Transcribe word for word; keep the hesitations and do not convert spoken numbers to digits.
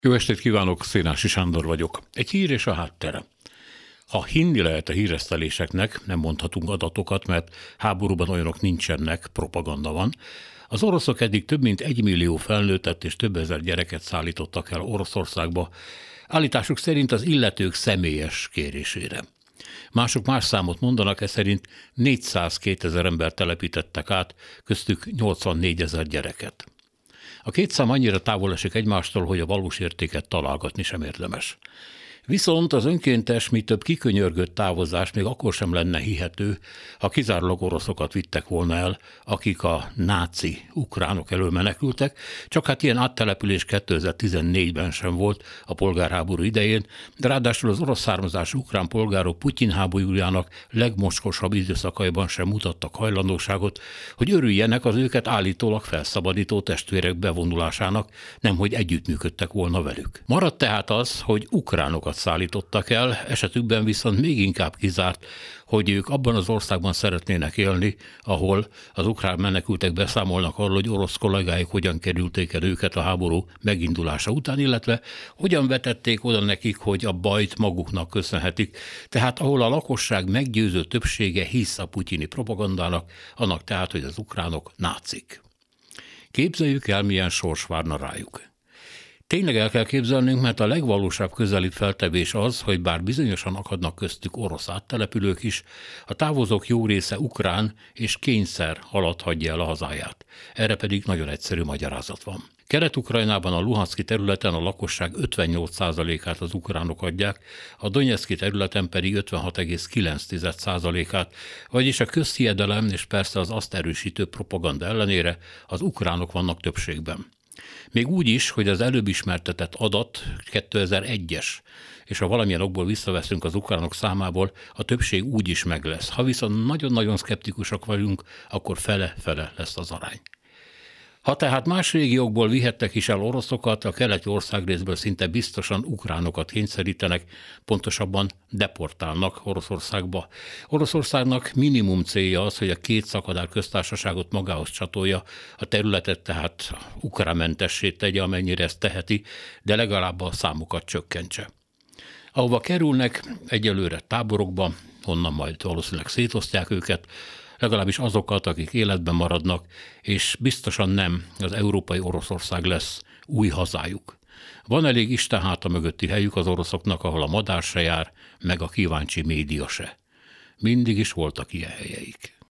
Jó estét kívánok, Szénási Sándor vagyok. Egy hír és a háttere. Ha hinni lehet a híreszteléseknek, nem mondhatunk adatokat, mert háborúban olyanok nincsenek, propaganda van. Az oroszok eddig több mint egy millió felnőttet és több ezer gyereket szállítottak el Oroszországba, állításuk szerint az illetők személyes kérésére. Mások más számot mondanak, ez szerint négyszázkétezer ember telepítettek át, köztük nyolcvannégyezer gyereket. A két szám annyira távol esik egymástól, hogy a valós értéket találgatni sem érdemes. Viszont az önkéntes, mi több kikönyörgött távozás még akkor sem lenne hihető, ha kizárólag oroszokat vittek volna el, akik a náci ukránok elől menekültek, csak hát ilyen áttelepülés kétezer-tizennégyben sem volt a polgárháború idején, de ráadásul az orosz származású ukrán polgárok Putyin háborújának legmocskosabb időszakaiban sem mutattak hajlandóságot, hogy örüljenek az őket állítólag felszabadító testvérek bevonulásának, nemhogy együttműködtek volna velük. Maradt tehát az, hogy ukránokat szállítottak el, esetükben viszont még inkább kizárt, hogy ők abban az országban szeretnének élni, ahol az ukrán menekültek beszámolnak arról, hogy orosz kollégáik hogyan kerülték el őket a háború megindulása után, illetve hogyan vetették oda nekik, hogy a bajt maguknak köszönhetik. Tehát ahol a lakosság meggyőző többsége hisz a putyini propagandának, annak tehát, hogy az ukránok nácik. Képzeljük el, milyen sors várna rájuk. Tényleg el kell képzelnünk, mert a legvalósabb közelibb feltevés az, hogy bár bizonyosan akadnak köztük orosz áttelepülők is, a távozók jó része ukrán és kényszer alatt hagyja el a hazáját. Erre pedig nagyon egyszerű magyarázat van. Kelet-Ukrajnában a Luhanszki területen a lakosság ötvennyolc százalékát az ukránok adják, a Donyeszki területen pedig ötvenhat egész kilenc százalékát, vagyis a közhiedelem és persze az azt erősítő propaganda ellenére az ukránok vannak többségben. Még úgy is, hogy az előbb ismertetett adat kétezer-egyes, és ha valamilyen okból visszaveszünk az ukránok számából, a többség úgy is meg lesz. Ha viszont nagyon-nagyon szkeptikusak vagyunk, akkor fele-fele lesz az arány. Ha tehát más régiókból vihettek is el oroszokat, a keleti országrészből szinte biztosan ukránokat kényszerítenek, pontosabban deportálnak Oroszországba. Oroszországnak minimum célja az, hogy a két szakadár köztársaságot magához csatolja, a területet tehát ukránmentessé tegye, amennyire ezt teheti, de legalább a számokat csökkentse. Ahova kerülnek, egyelőre táborokba, onnan majd valószínűleg szétosztják őket, legalábbis azokat, akik életben maradnak, és biztosan nem az európai Oroszország lesz új hazájuk. Van elég Isten háta mögötti helyük az oroszoknak, ahol a madár se jár, meg a kíváncsi média se. Mindig is voltak ilyen helyeik.